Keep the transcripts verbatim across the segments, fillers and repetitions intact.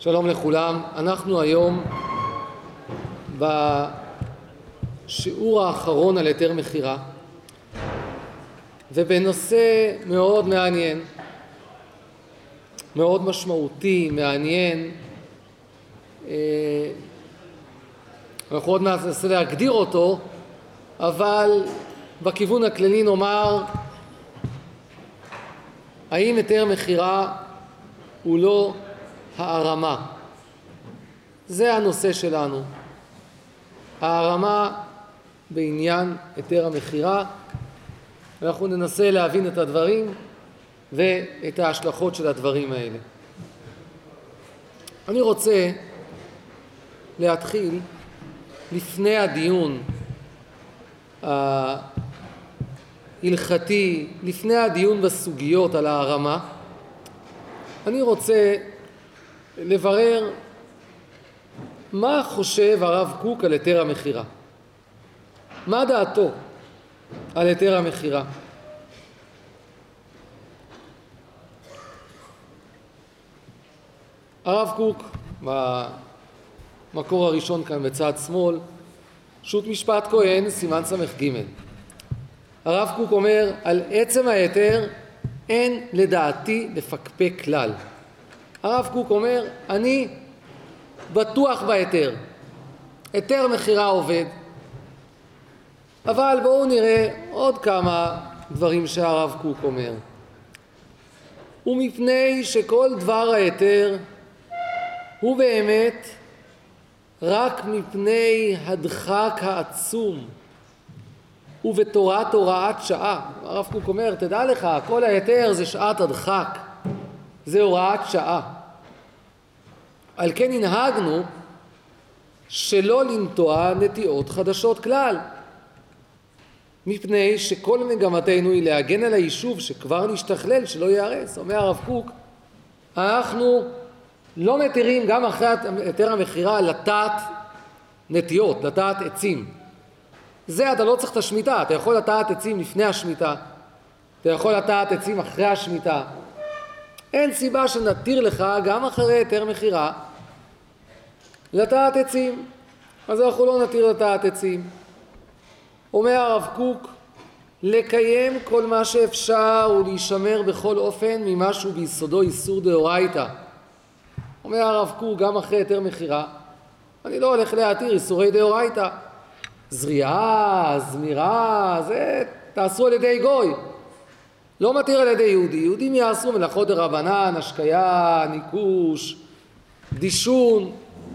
שלום לכולם. אנחנו היום בשיעור האחרון על היתר מכירה, ובנושא מאוד מעניין, מאוד משמעותי, מעניין. אנחנו עוד מעט ננסה להגדיר אותו, אבל בכיוון הכללי נאמר, האם היתר מכירה הוא לא הערמה? זה הנושא שלנו, הערמה בעניין היתר המכירה. אנחנו ננסה להבין את הדברים ואת ההשלכות של הדברים האלה. אני רוצה להתחיל לפני הדיון ההלכתי, לפני הדיון בסוגיות על הערמה. אני רוצה לברר מה חושב הרב קוק על היתר המכירה. מה דעתו על היתר המכירה? הרב קוק, במקור הראשון כאן בצד שמאל, שו"ת משפט כהן, סימן סמך ג', הרב קוק אומר, על עצם ההיתר אין לדעתי לפקפק כלל. הרב קוק אומר, אני בטוח בהיתר, היתר מכירה עובד. אבל בואו נראה עוד כמה דברים שהרב קוק אומר. ומפני שכל דבר ההיתר הוא באמת רק מפני הדחק העצום ובתורת הוראת שעה. הרב קוק אומר, תדע לך, כל ההיתר זה שעת הדחק, זה הוראת שעה. על כן הנהגנו שלא לנטוע נטיעות חדשות כלל, מפני שכל מגמתנו היא להגן על היישוב שכבר נשתכלל, שלא ייהרס. אומר הרב קוק, אנחנו לא מתירים גם אחרי היתר המכירה לטעת נטיעות, לטעת עצים. זה אתה לא צריך את השמיטה, אתה יכול לטעת עצים לפני השמיטה, אתה יכול לטעת עצים אחרי השמיטה. אין סיבה שנתיר לך גם אחרי היתר מכירה לטעת עצים, אז אנחנו לא נתיר לטעת עצים. אומר הרב קוק, לקיים כל מה שאפשר ולהישמר בכל אופן ממשהו ביסודו איסור דאורייתא. אומר הרב קוק, גם אחרי היתר מכירה אני לא הולך להתיר איסורי דאורייתא. זריעה, זמירה, זה תעשו על ידי גוי, לא מתיר על ידי יהודי. יהודים יעשו מלאכות דרבנן, השקיה, ניקוש, דישון.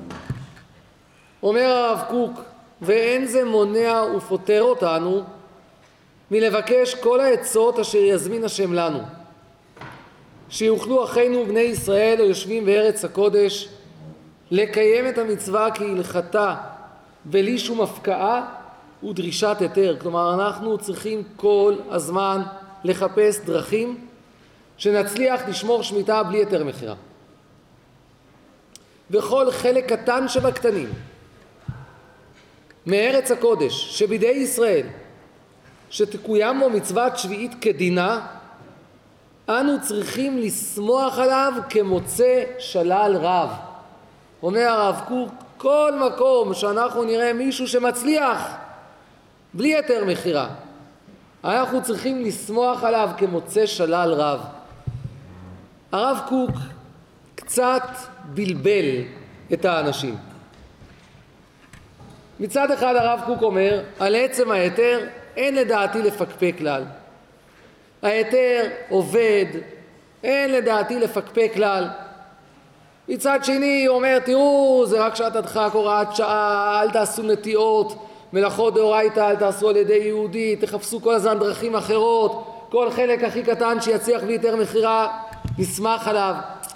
אומר הרב קוק, ואין זה מונע ופותר אותנו מלבקש כל העצות אשר יזמין השם לנו, שיוכלו אחינו בני ישראל היושבים בארץ הקודש לקיים את המצווה כהלכתה בלי שום הפקעה ודרישת היתר. כלומר, אנחנו צריכים כל הזמן לחפש דרכים שנצליח לשמור שמיטה בלי היתר מכירה. וכל חלק קטן שבקטנים מארץ הקודש שבידי ישראל שתקוים בו מצוות שביעית כדינה, אנו צריכים לשמוח עליו כמוצא שלל רב. אומר הרב קוק, כל מקום שאנחנו נראה מישהו שמצליח בלי היתר מכירה, אנחנו צריכים לשמוח עליו כמוצא שלל רב. הרב קוק קצת בלבל את האנשים. מצד אחד הרב קוק אומר, על עצם ההיתר אין לדעתי לפקפק כלל. ההיתר עובד, אין לדעתי לפקפק כלל. מצד שני הוא אומר, תראו, זה רק שעת הדחק, הוראת שעה, אל תעשו נטיעות, מלאכות דאורייתא, אל תעשו על ידי יהודי, תחפשו כל הזמן דרכים אחרות, כל חלק הכי קטן שיצליח בלי היתר מכירה, נשמח עליו.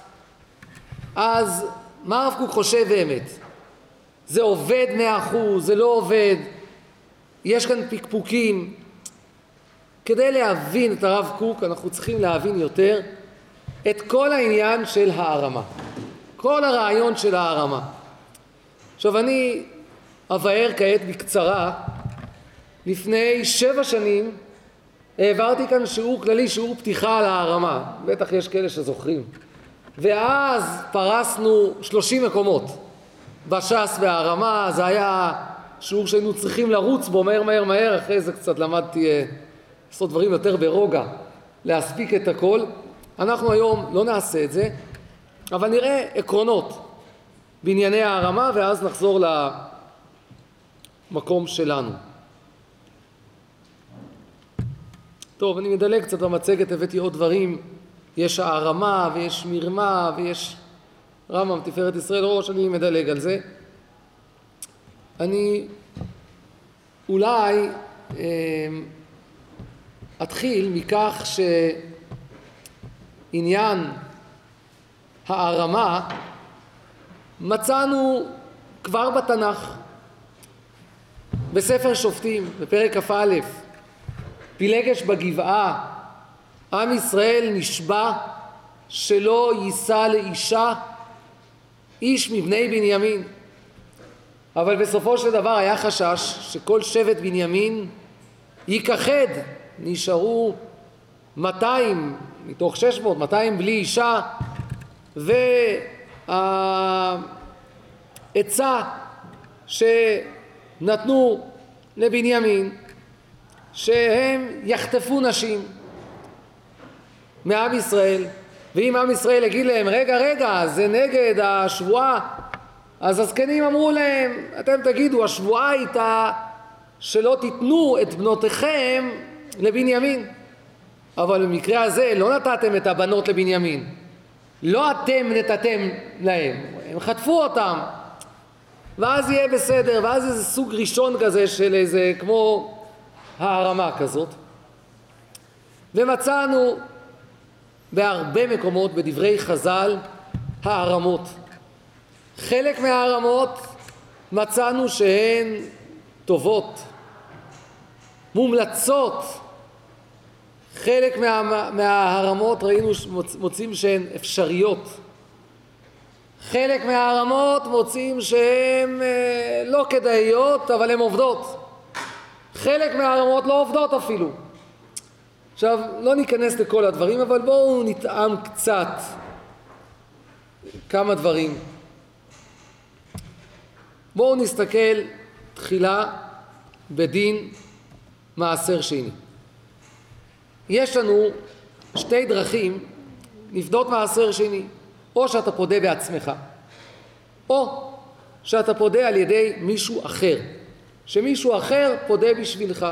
אז מה הרב קוק חושב באמת? זה עובד מאה אחוז, זה לא עובד, יש כאן פקפוקים. כדי להבין את הרב קוק אנחנו צריכים להבין יותר את כל העניין של הערמה, כל הרעיון של הערמה. עכשיו אני אבאר כעת בקצרה. לפני שבע שנים העברתי כאן שיעור כללי, שיעור פתיחה על הערמה, בטח יש כאלה שזוכרים. ואז פרסנו שלושים מקומות בש"ס והרמה. זה היה שיעור שהיינו צריכים לרוץ בו מהר מהר מהר. אחרי זה קצת למדתי אה, לעשות דברים יותר ברוגע, להספיק את הכל. אנחנו היום לא נעשה את זה, אבל נראה עקרונות בענייני הרמה, ואז נחזור למקום שלנו. טוב, אני מדלג קצת במצגת, הבאתי עוד דברים. יש הרמה ויש מרמה ויש רמב"ם תפארת ישראל ראש, אני מדלג על זה. אני אולי אה, אתחיל מכך שעניין הרמה מצאנו כבר בתנ"ך, בספר שופטים, בפרק כ"א, פילגש בגבעה, עם ישראל נשבע שלא יישא לאישה איש מבני בנימין. אבל בסופו של דבר היה חשש שכל שבט בנימין ייכחד, נשארו מאתיים מתוך שש מאות, מאתיים בלי אישה, והעצה שנתנו לבנימין שהם יחטפו נשים מעם ישראל, ואם עם ישראל יגיד להם רגע רגע זה נגד השבועה, אז הזקנים אמרו להם אתם תגידו השבועה הייתה שלא תיתנו את בנותיכם לבנימין, אבל במקרה הזה לא נתתם את הבנות לבנימין, לא אתם נתתם להם, הם חטפו אותם, ואז יהיה בסדר. ואז איזה סוג ראשון כזה של איזה כמו הרמה כזאת. ומצאנו בהרבה מקומות בדברי חז"ל הערמות. חלק מהערמות מצאנו שהן טובות, מומלצות. חלק מה, מההרמות ראינו מוצאים שהן אפשריות. חלק מההרמות מוצאים שהן אה, לא כדאיות אבל הן עובדות. חלק מההרמות לא עובדות אפילו. עכשיו לא ניכנס לכל הדברים, אבל בואו נטעם קצת כמה דברים. בואו נסתכל תחילה בדין מעשר שני. יש לנו שתי דרכים לפדות מעשר שני, או שאתה פודה בעצמך, או שאתה פודה על ידי מישהו אחר, שמישהו אחר פודה בשבילך.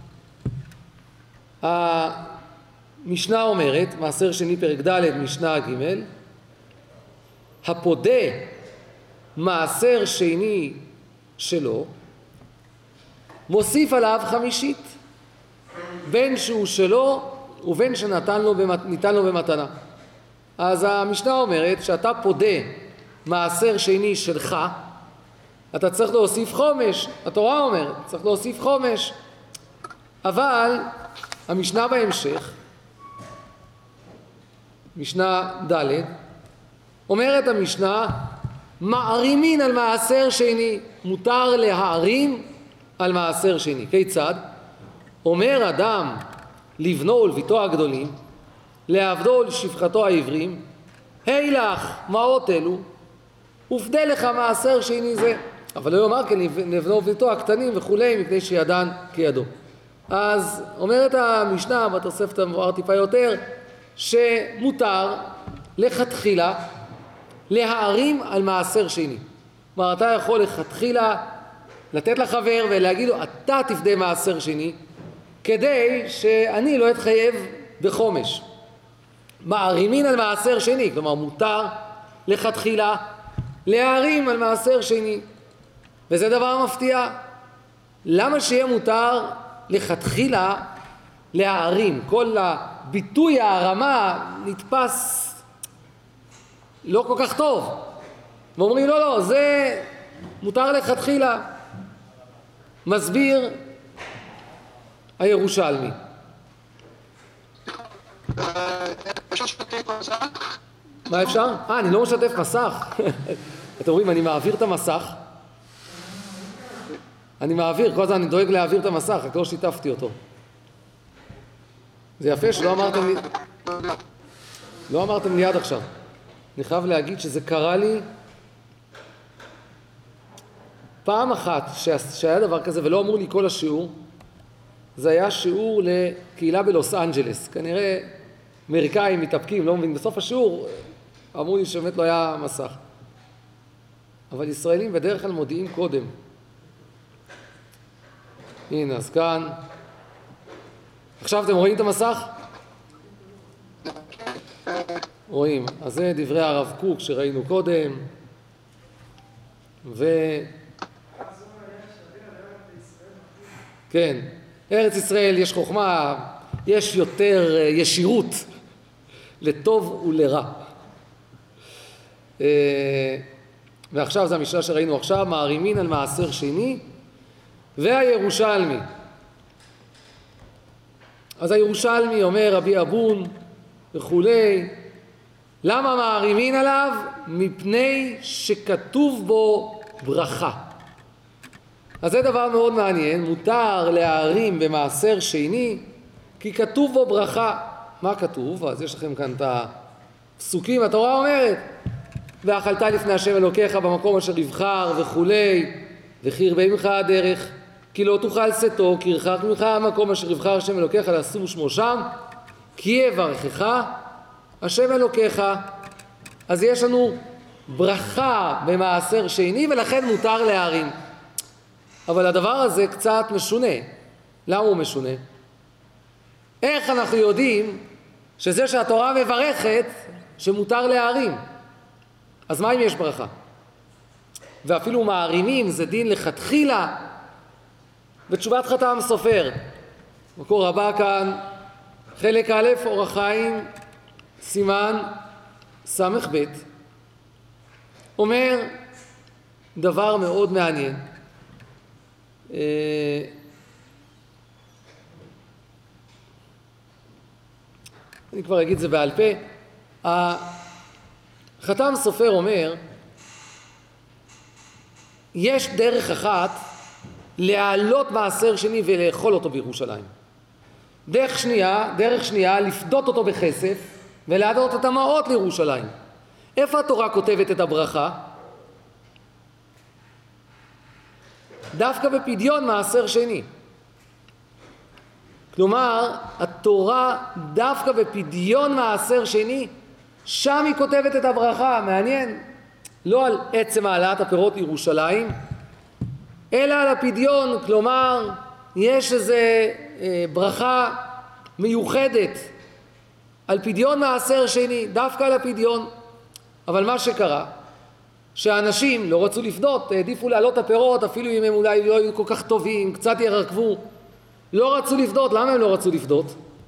המשנה אומרת, מעשר שני פרק ד' משנה ג', הפודה מעשר שני שלו מוסיף עליו חמישית, בין שהוא שלו ובין שניתן לו, ניתן לו במתנה. אז המשנה אומרת שאתה פודה מעשר שני שלך, אתה צריך להוסיף חומש. התורה אומרת צריך להוסיף חומש, אבל המשנה בהמשך, משנה ד', אומרת המשנה מערימין על מעשר שני, מותר להערים על מעשר שני. כיצד? אומר אדם לבנו ולביתו הגדולים, לעבדו ולשפחתו העברים, היי לך מעות אלו, ופדה לך מעשר שני זה. אבל לא יאמר כן לבנו ולביתו הקטנים וכולי, מפני שידן כידו. אז אומרת המשנה בתוספת המבואר טיפה יותר, שמותר לכתחילה להערים על מעשר שני. כלומר, אתה יכול לכתחילה לתת לחבר ולהגיד לו, אתה תפדה מעשר שני, כדי שאני לא אתחייב בחומש. מערימין על מעשר שני, כלומר מותר לכתחילה להערים על מעשר שני. וזה דבר מפתיע. למה שיהיה מותר לכתחילה להערים? כל הביטוי הערמה נתפס לא כל כך טוב. ואומרים לא לא, זה מותר לכתחילה. מסביר הירושלמי. מה אפשר? אה, אני לא משתף מסך. אתם רואים, אני מעביר את המסך. אני מעביר, כל הזמן אני דואג להעביר את המסך, רק לא שיתפתי אותו. זה יפה שלא אמרתם לי... לא אמרתם לי עד עכשיו. אני חייב להגיד שזה קרה לי פעם אחת שהיה דבר כזה, ולא אמרו לי כל השיעור. זה היה שיעור לקהילה בלוס אנג'לס. כנראה אמריקאים מתאפקים, לא מבין. בסוף השיעור אמרו לי שבאמת לא היה מסך. אבל ישראלים בדרך כלל מודיעים קודם. הנה, אז כאן. עכשיו אתם רואים את המסך? רואים. אז זה דברי הרב קוק שראינו קודם. ו... כן. ארץ ישראל יש חוכמה, יש יותר ישירות לטוב ולרע. ועכשיו זה המשנה שראינו עכשיו, מערימין על מעשר שני והירושלמי. אז הירושלמי אומר רבי אבון וכולי, למה מערימין עליו? מפני שכתוב בו ברכה. אז זה דבר מאוד מעניין, מותר להערים במעשר שני, כי כתוב בו ברכה. מה כתוב? אז יש לכם כאן את הפסוקים, התורה אומרת, ואכלת לפני השם אלוקיך במקום אשר יבחר וכולי, וכי ירבה ממך הדרך, כי לא תאכל שאתו, כי ירחק ממך המקום אשר יבחר השם אלוקיך לשום שמו שם, כי יברכך השם אלוקיך. אז יש לנו ברכה במעשר שני, ולכן מותר להערים. אבל הדבר הזה קצת משונה. למה הוא משונה? איך אנחנו יודעים שזה שהתורה מברכת שמותר להערים? אז מה אם יש ברכה? ואפילו מערימים זה דין לכתחילה. בתשובת חתם סופר, מקור הבא כאן, חלק א' אור החיים, סימן סמך ב', אומר דבר מאוד מעניין. אני כבר אגיד את זה בעל פה. חתם סופר אומר, יש דרך אחת להעלות מעשר שני ולאכול אותו בירושלים. דרך שנייה, דרך שנייה לפדות אותו בכסף ולהעלות את המעות לירושלים. איפה התורה כותבת את הברכה? דווקא בפדיון מעשר שני. כלומר, התורה דווקא בפדיון מעשר שני, שם היא כותבת את הברכה. מעניין, לא על עצם העלאת הפירות לירושלים, אלא על הפדיון. כלומר, יש איזה אה, ברכה מיוחדת על פדיון מעשר שני, דווקא על הפדיון. אבל מה שקרה, שהאנשים לא רצו לפדות, העדיפו להעלות הפירות, אפילו אם הם אולי לא היו כל כך טובים, קצת ירקבו, לא רצו לפדות. למה הם לא רצו לפדות?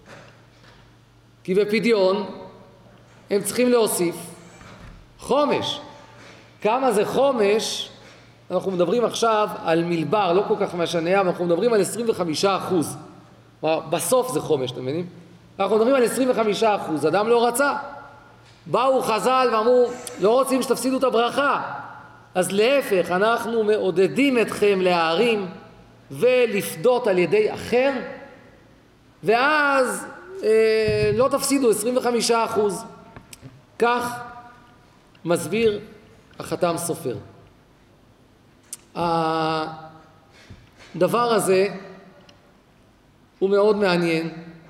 כי בפדיון הם צריכים להוסיף חומש. כמה זה חומש? אנחנו מדברים עכשיו על מלבר, לא כל כך משנה, אבל אנחנו מדברים על עשרים וחמישה אחוז. בסוף זה חומש, אתם מבינים? אנחנו מדברים על עשרים וחמישה אחוז, אדם לא רצה. באו חז"ל ואמרו, לא רוצים שתפסידו את הברכה. אז להפך, אנחנו מעודדים אתכם להערים ולפדות על ידי אחר, ואז אה, לא תפסידו עשרים וחמישה אחוז. כך מסביר החתם סופר. הדבר הזה הוא מאוד מעניין,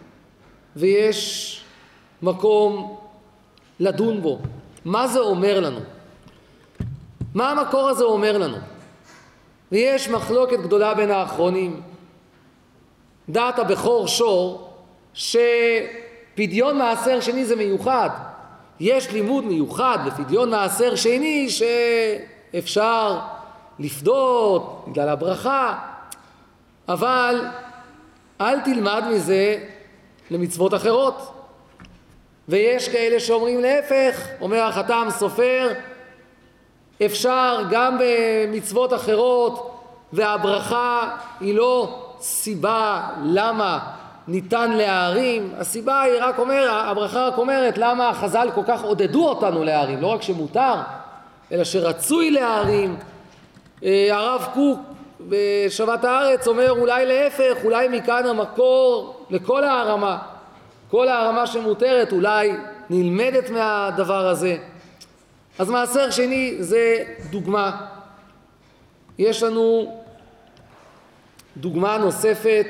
ויש מקום לדון בו. מה זה אומר לנו? מה המקור הזה אומר לנו? ויש מחלוקת גדולה בין האחרונים. דעת הבכור שור שפדיון מעשר שני זה מיוחד. יש לימוד מיוחד בפדיון מעשר שני שאפשר לפדות בגלל הברכה, אבל אל תלמד מזה למצוות אחרות. ויש כאלה שאומרים להפך, אומר החתם סופר, אפשר גם במצוות אחרות, והברכה היא לא סיבה למה ניתן להערים. הסיבה היא רק אומר, הברכה רק אומרת למה החז"ל כל כך עודדו אותנו להערים, לא רק שמותר, אלא שרצוי להערים. הרב קוק בשבת הארץ אומר אולי להפך, אולי מכאן המקור לכל הערמה. כל הערמה שמותרת אולי נלמדת מהדבר הזה. אז מעשר שני זה דוגמה. יש לנו דוגמה נוספת,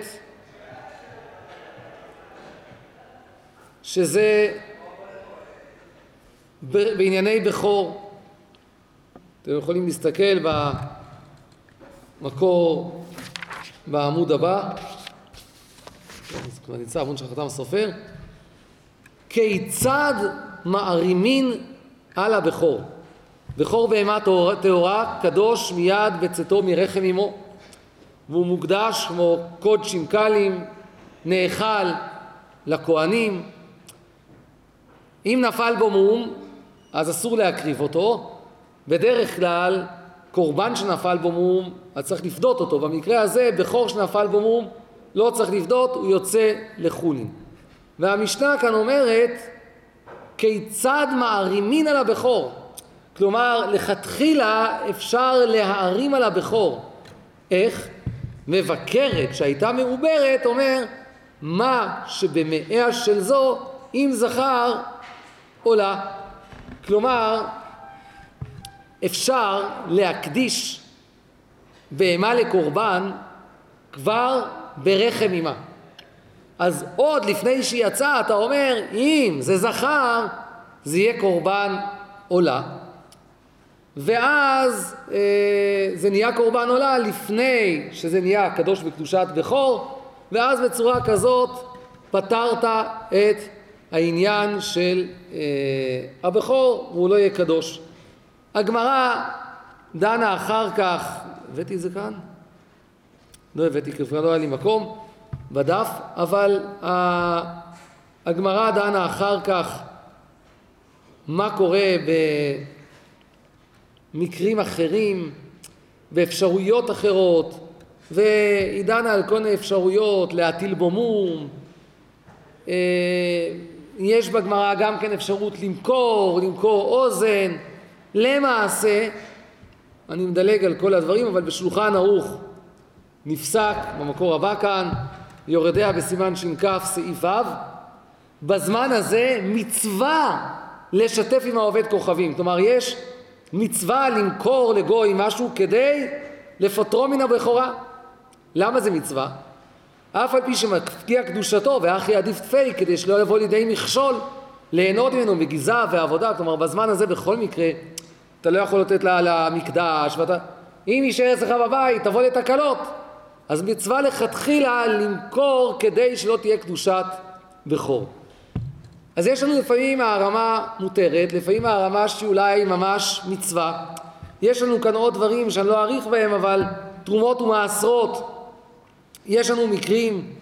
שזה בענייני בכור. אתם יכולים להסתכל במקור בעמוד הבא, זה כבר נמצא עמוד של חתם סופר. כיצד מערימין על הבכור? בכור בהמה טהורה קדוש מיד בצאתו מרחם אמו, והוא מוקדש כמו קודשים קלים, נאכל לכהנים. אם נפל בו מום אז אסור להקריב אותו. בדרך כלל קורבן שנפל בו מום אז צריך לפדות אותו. במקרה הזה בכור שנפל בו מום לא צריך לפדות, הוא יוצא לחולין. והמשנה כאן אומרת כיצד מערימין על הבכור, כלומר לכתחילה אפשר להערים על הבכור. איך? מבקרת שהייתה מעוברת אומר מה שבמאה של זו אם זכר עולה. כלומר אפשר להקדיש בהמה לקורבן כבר ברחם אמה. אז עוד לפני שהיא יצאה אתה אומר אם זה זכר זה יהיה קורבן עולה, ואז אה, זה נהיה קורבן עולה לפני שזה נהיה קדוש בקדושת בכור, ואז בצורה כזאת פתרת את העניין של אה, הבכור והוא לא יהיה קדוש. הגמרא דנה אחר כך, הבאתי את זה כאן? לא הבאתי, כבר לא היה לי מקום בדף, אבל הגמרא דנה אחר כך מה קורה במקרים אחרים, באפשרויות אחרות, והיא דנה על כל מיני אפשרויות, להטיל בו מום. יש בגמרא גם כן אפשרות למכור, למכור אוזן. למעשה, אני מדלג על כל הדברים, אבל בשולחן ערוך נפסק במקור הבא כאן, יורדיה בסימן ש"כ סעיף ו', בזמן הזה מצווה לשתף עם העובד כוכבים. כלומר יש מצווה למכור לגוי משהו כדי לפטרו מן הבכורה. למה זה מצווה? אף על פי שמפקיע קדושתו ואחי עדיף תפי, כדי שלא יבוא לידי מכשול ליהנות ממנו מגיזה ועבודה. כלומר בזמן הזה בכל מקרה אתה לא יכול לתת לה למקדש, ואתה, אם יישאר אצלך בבית תבוא לתקלות. אז מצווה לכתחילה למכור כדי שלא תהיה קדושת בכור. אז יש לנו לפעמים הערמה מותרת, לפעמים הערמה שאולי ממש מצווה. יש לנו כאן עוד דברים שאני לא אאריך בהם, אבל תרומות ומעשרות, יש לנו מקרים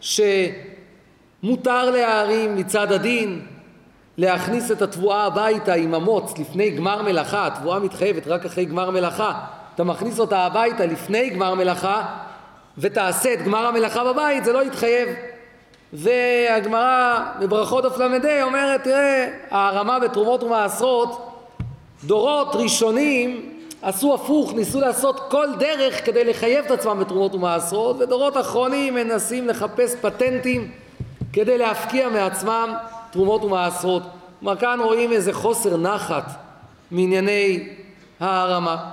שמותר להערים מצד הדין, להכניס את התבואה הביתה עם המוץ לפני גמר מלאכה. התבואה מתחייבת רק אחרי גמר מלאכה, אתה מכניס אותה הביתה לפני גמר מלאכה ותעשה את גמר המלאכה בבית, זה לא יתחייב. והגמרא בברכות דף למד אומרת, תראה, הערמה בתרומות ומעשרות, דורות ראשונים עשו הפוך, ניסו לעשות כל דרך כדי לחייב את עצמם בתרומות ומעשרות, ודורות אחרונים מנסים לחפש פטנטים כדי להפקיע מעצמם תרומות ומעשרות. כלומר כאן רואים איזה חוסר נחת מענייני הערמה.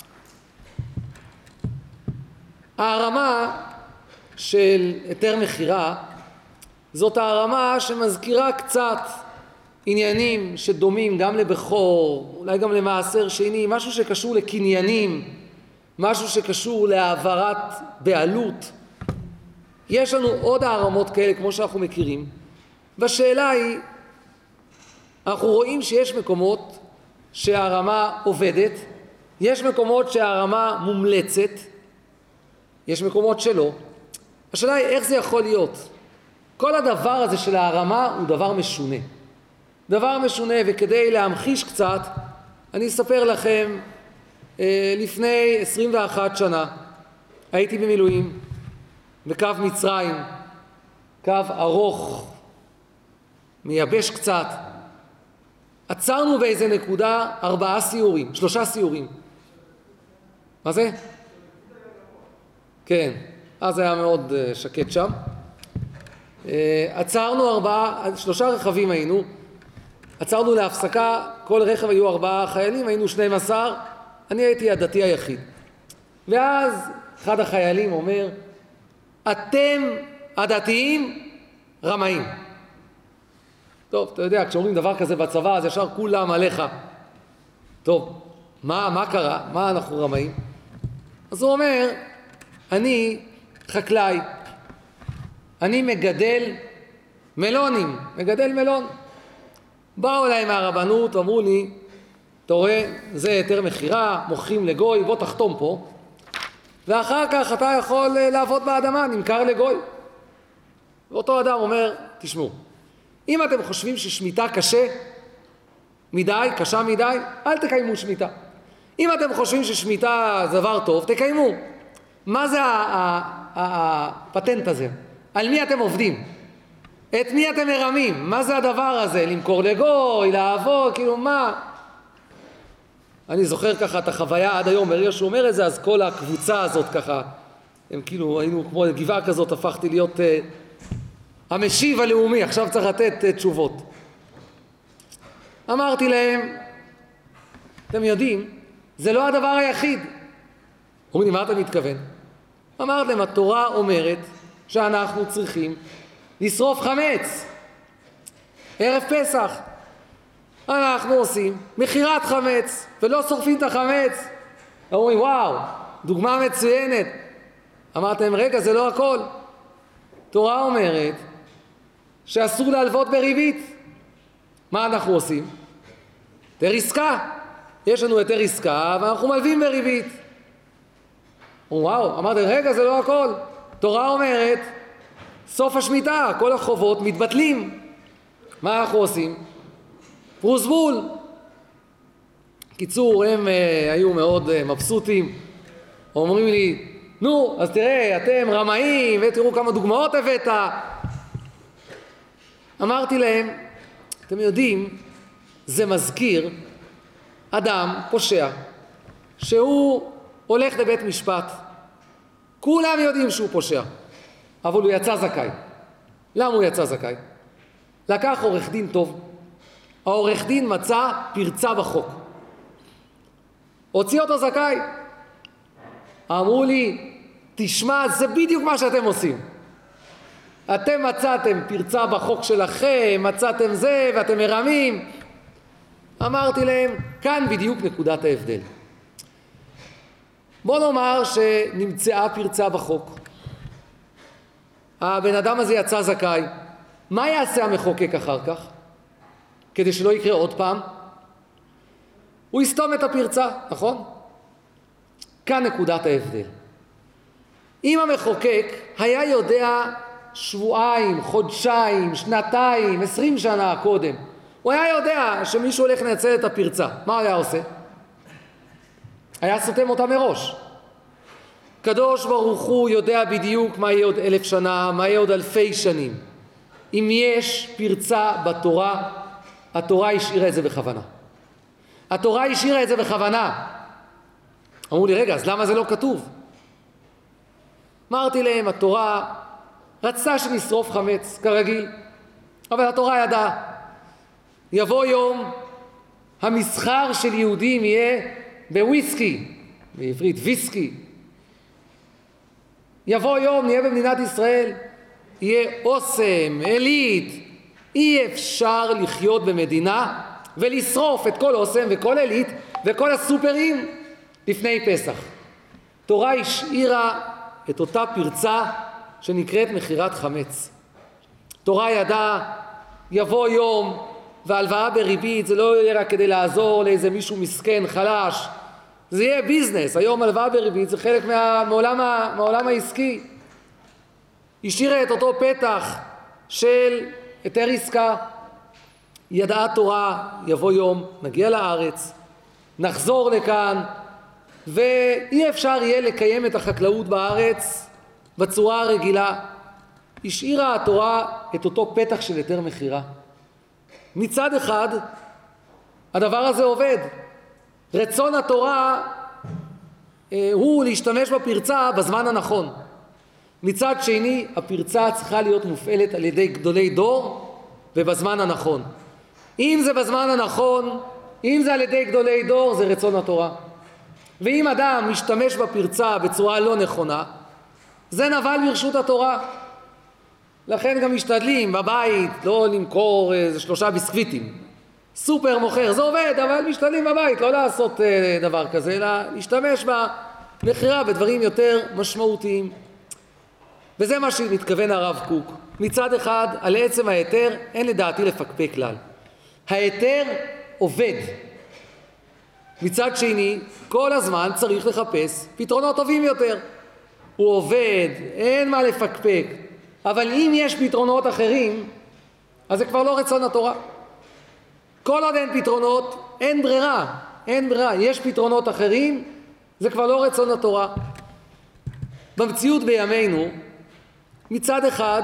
הערמה של היתר מחירה זאת הערמה שמזכירה קצת עניינים שדומים גם לבכור, אולי גם למעשר שני, משהו שקשור לקניינים, משהו שקשור להעברת בעלות. יש לנו עוד הערמות כאלה כמו שאנחנו מכירים, והשאלה היא, אנחנו רואים שיש מקומות שהערמה עובדת, יש מקומות שהערמה מומלצת, יש מקומות שלא. השאלה היא איך זה יכול להיות. כל הדבר הזה של הערמה הוא דבר משונה. דבר משונה, וכדי להמחיש קצת, אני אספר לכם, אה, לפני עשרים ואחת שנה, הייתי במילואים, בקו מצרים, קו ארוך, מייבש קצת. עצרנו באיזה נקודה ארבעה סיורים, שלושה סיורים. מה זה? כן, אז היה מאוד uh, שקט שם. Uh, עצרנו ארבעה, שלושה רכבים היינו, עצרנו להפסקה כל רכב היו ארבעה חיילים, היינו שנים עשר, אני הייתי הדתי היחיד. ואז אחד החיילים אומר, אתם הדתיים רמאים. טוב, אתה יודע, כשאומרים דבר כזה בצבא, אז ישר כולם עליך. טוב, מה, מה קרה? מה אנחנו רמאים? אז הוא אומר, אני חקלאי, אני מגדל מלונים, מגדל מלון. באו אליי מהרבנות, אמרו לי, אתה רואה, זה יותר מחירה, מוכרים לגוי, בוא תחתום פה, ואחר כך אתה יכול לעבוד באדמה, נמכר לגוי. ואותו אדם אומר, תשמעו, אם אתם חושבים ששמיטה קשה מדי, קשה מדי, אל תקיימו שמיטה. אם אתם חושבים ששמיטה זה דבר טוב, תקיימו. מה זה הפטנט הזה? על מי אתם עובדים? את מי אתם מרמים? מה זה הדבר הזה? למכור לגוי, לעבוד, כאילו מה? אני זוכר ככה את החוויה עד היום, ברגע שהוא אומר את זה, אז כל הקבוצה הזאת ככה, הם כאילו, היינו כמו גבעה כזאת, הפכתי להיות uh, המשיב הלאומי, עכשיו צריך לתת uh, תשובות. אמרתי להם, אתם יודעים, זה לא הדבר היחיד. אומרים לי, מה אתה מתכוון? אמרתי להם, התורה אומרת שאנחנו צריכים לשרוף חמץ. ערב פסח. אנחנו עושים מחירת חמץ, ולא שורפים את החמץ. אומרים, וואו, דוגמה מצוינת. אמרתי להם, רגע, זה לא הכל. תורה אומרת שאסור להלוות בריבית. מה אנחנו עושים? יותר עסקה. יש לנו יותר עסקה, ואנחנו מלווים בריבית. וואו, אמרתי, רגע, זה לא הכל. תורה אומרת, סוף השמיטה, כל החובות מתבטלים. מה אנחנו עושים? פרוסבול. קיצור, הם uh, היו מאוד uh, מבסוטים. אומרים לי, נו, אז תראה, אתם רמאים, ותראו כמה דוגמאות הבאת. אמרתי להם, אתם יודעים, זה מזכיר אדם פושע, שהוא הולך לבית משפט. כולם יודעים שהוא פושע, אבל הוא יצא זכאי. למה הוא יצא זכאי? לקח עורך דין טוב. העורך דין מצא פרצה בחוק. הוציא אותו זכאי. אמרו לי, תשמע, זה בדיוק מה שאתם עושים. אתם מצאתם פרצה בחוק שלכם, מצאתם זה, ואתם מרמים. אמרתי להם, כאן בדיוק נקודת ההבדל. בוא נאמר שנמצאה פרצה בחוק. הבן אדם הזה יצא זכאי. מה יעשה המחוקק אחר כך? כדי שלא יקרה עוד פעם? הוא יסתום את הפרצה, נכון? כאן נקודת ההבדל. אם המחוקק היה יודע שבועיים, חודשיים, שנתיים, עשרים שנה קודם, הוא היה יודע שמישהו הולך לנצל את הפרצה, מה הוא היה עושה? היה סותם אותה מראש. קדוש ברוך הוא יודע בדיוק מה יהיה עוד אלף שנה, מה יהיה עוד אלפי שנים. אם יש פרצה בתורה, התורה השאירה את זה בכוונה. התורה השאירה את זה בכוונה. אמרו לי, רגע, אז למה זה לא כתוב? אמרתי להם, התורה רצתה שנשרוף חמץ, כרגיל. אבל התורה ידעה. יבוא יום, המסחר של יהודים יהיה בוויסקי, בעברית ויסקי. יבוא יום, נהיה במדינת ישראל, יהיה אוסם, אלית. אי אפשר לחיות במדינה ולשרוף את כל אוסם וכל אלית וכל הסופרים לפני פסח. תורה השאירה את אותה פרצה שנקראת מחירת חמץ. תורה ידעה, יבוא יום, והלוואה בריבית זה לא יהיה רק כדי לעזור לאיזה מישהו מסכן, חלש. זה יהיה ביזנס. היום הלוואה בריבית זה חלק מה, מעולם, מעולם העסקי. השאירה את אותו פתח של היתר עסקה. ידעה תורה, יבוא יום, נגיע לארץ, נחזור לכאן, ואי אפשר יהיה לקיים את החקלאות בארץ בצורה הרגילה. השאירה התורה את אותו פתח של היתר מחירה. מצד אחד, הדבר הזה עובד. רצון התורה אה, הוא להשתמש בפרצה בזמן הנכון. מצד שני, הפרצה צריכה להיות מופעלת על ידי גדולי דור ובזמן הנכון. אם זה בזמן הנכון, אם זה על ידי גדולי דור, זה רצון התורה. ואם אדם משתמש בפרצה בצורה לא נכונה, זה נבל ברשות התורה. לכן גם משתדלים בבית לא למכור איזה שלושה ביסקוויטים. סופר מוכר, זה עובד, אבל משתדלים בבית לא לעשות אה, דבר כזה, אלא להשתמש במכירה בדברים יותר משמעותיים. וזה מה שמתכוון הרב קוק. מצד אחד, על עצם ההיתר אין לדעתי לפקפק כלל. ההיתר עובד. מצד שני, כל הזמן צריך לחפש פתרונות טובים יותר. הוא עובד, אין מה לפקפק. אבל אם יש פתרונות אחרים, אז זה כבר לא רצון התורה. כל עוד אין פתרונות, אין ברירה. אין ברירה. יש פתרונות אחרים, זה כבר לא רצון התורה. במציאות בימינו, מצד אחד,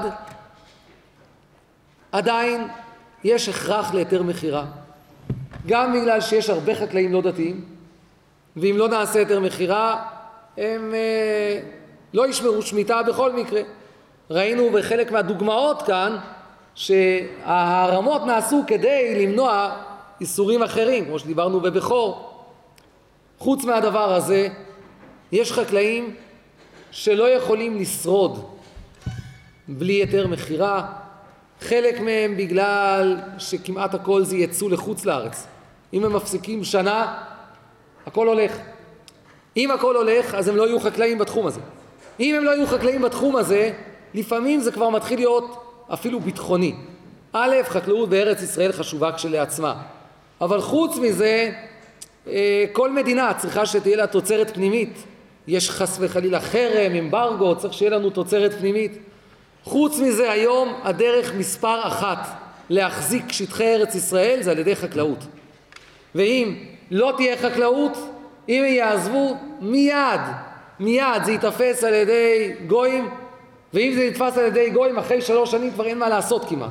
עדיין יש הכרח ליתר מחירה. גם בגלל שיש הרבה חקלאים לא דתיים, ואם לא נעשה יותר מחירה, הם אה, לא ישמרו שמיטה בכל מקרה. ראינו בחלק מהדוגמאות כאן, שההרמות נעשו כדי למנוע איסורים אחרים, כמו שדיברנו בבכור. חוץ מהדבר הזה, יש חקלאים שלא יכולים לשרוד בלי יותר מחירה, חלק מהם בגלל שכמעט הכל זה יצוא לחוץ לארץ. אם הם מפסיקים שנה, הכל הולך. אם הכל הולך, אז הם לא יהיו חקלאים בתחום הזה. אם הם לא יהיו חקלאים בתחום הזה, לפעמים זה כבר מתחיל להיות אפילו ביטחוני. א', חקלאות בארץ ישראל חשובה כשלעצמה. אבל חוץ מזה, כל מדינה צריכה שתהיה לה תוצרת פנימית. יש חס וחלילה חרם, אמברגו, צריך שיהיה לנו תוצרת פנימית. חוץ מזה, היום הדרך מספר אחת להחזיק שטחי ארץ ישראל זה על ידי חקלאות. ואם לא תהיה חקלאות, אם הם יעזבו, מיד, מיד זה יתפס על ידי גויים, ואם זה יתפס על ידי גויים, אחרי שלוש שנים כבר אין מה לעשות כמעט.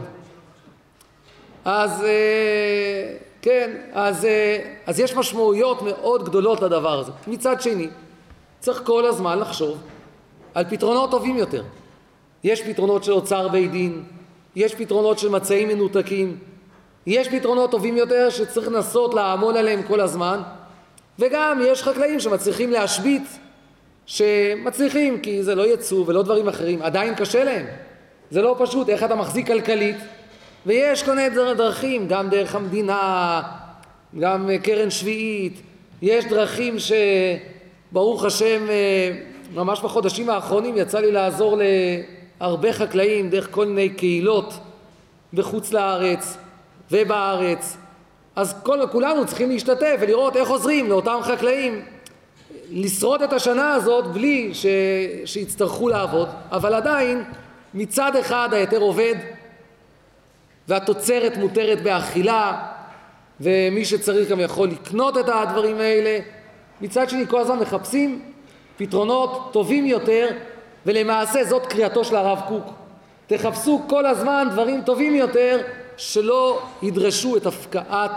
אז כן, אז, אז יש משמעויות מאוד גדולות לדבר הזה. מצד שני, צריך כל הזמן לחשוב על פתרונות טובים יותר. יש פתרונות של אוצר בית דין, יש פתרונות של מצעים מנותקים, יש פתרונות טובים יותר שצריך לנסות לעמול עליהם כל הזמן, וגם יש חקלאים שמצליחים להשבית, שמצליחים כי זה לא יצוא ולא דברים אחרים, עדיין קשה להם. זה לא פשוט, איך אתה מחזיק כלכלית, ויש כל מיני דרכים, גם דרך המדינה, גם קרן שביעית, יש דרכים שברוך השם, ממש בחודשים האחרונים יצא לי לעזור להרבה חקלאים דרך כל מיני קהילות בחוץ לארץ ובארץ. אז כל, כולנו צריכים להשתתף ולראות איך עוזרים לאותם חקלאים לשרוד את השנה הזאת בלי ש... שיצטרכו לעבוד, אבל עדיין מצד אחד היתר עובד והתוצרת מותרת באכילה ומי שצריך גם יכול לקנות את הדברים האלה. מצד שני כל הזמן מחפשים פתרונות טובים יותר, ולמעשה זאת קריאתו של הרב קוק. תחפשו כל הזמן דברים טובים יותר שלא ידרשו את הפקעת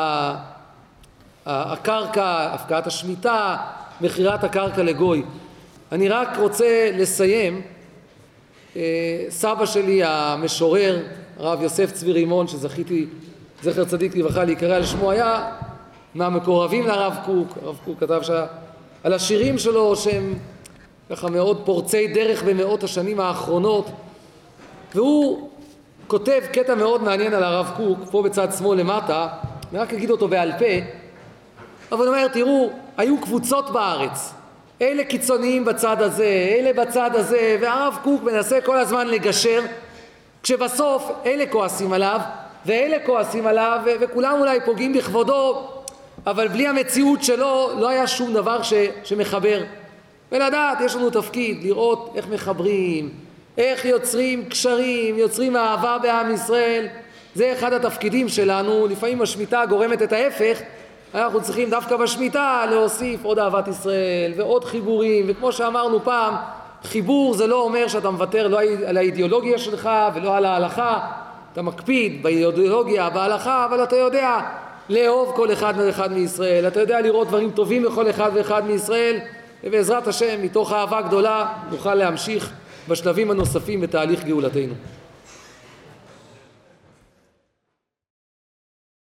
הקרקע, הפקעת השמיטה, מחירת הקרקע לגוי. אני רק רוצה לסיים. סבא שלי המשורר, הרב יוסף צבי רימון, שזכיתי, זכר צדיק לברכה, להיקרא לשמו, היה מהמקורבים לרב קוק. הרב קוק כתב שה... על השירים שלו שהם ככה מאוד פורצי דרך במאות השנים האחרונות, והוא כותב קטע מאוד מעניין על הרב קוק, פה בצד שמאל למטה, אני רק אגיד אותו בעל פה, אבל הוא אומר, תראו, היו קבוצות בארץ, אלה קיצוניים בצד הזה, אלה בצד הזה, והרב קוק מנסה כל הזמן לגשר, כשבסוף אלה כועסים עליו, ואלה כועסים עליו, ו- וכולם אולי פוגעים בכבודו, אבל בלי המציאות שלו לא היה שום דבר ש- שמחבר. ולדעת, יש לנו תפקיד לראות איך מחברים, איך יוצרים קשרים, יוצרים אהבה בעם ישראל. זה אחד התפקידים שלנו. לפעמים השמיטה גורמת את ההפך, אנחנו צריכים דווקא בשמיטה להוסיף עוד אהבת ישראל ועוד חיבורים, וכמו שאמרנו פעם, חיבור זה לא אומר שאתה מוותר לא על האידיאולוגיה שלך ולא על ההלכה, אתה מקפיד באידיאולוגיה, בהלכה, אבל אתה יודע לאהוב כל אחד ואחד מישראל, אתה יודע לראות דברים טובים בכל אחד ואחד מישראל, ובעזרת השם מתוך אהבה גדולה נוכל להמשיך בשלבים הנוספים בתהליך גאולתנו.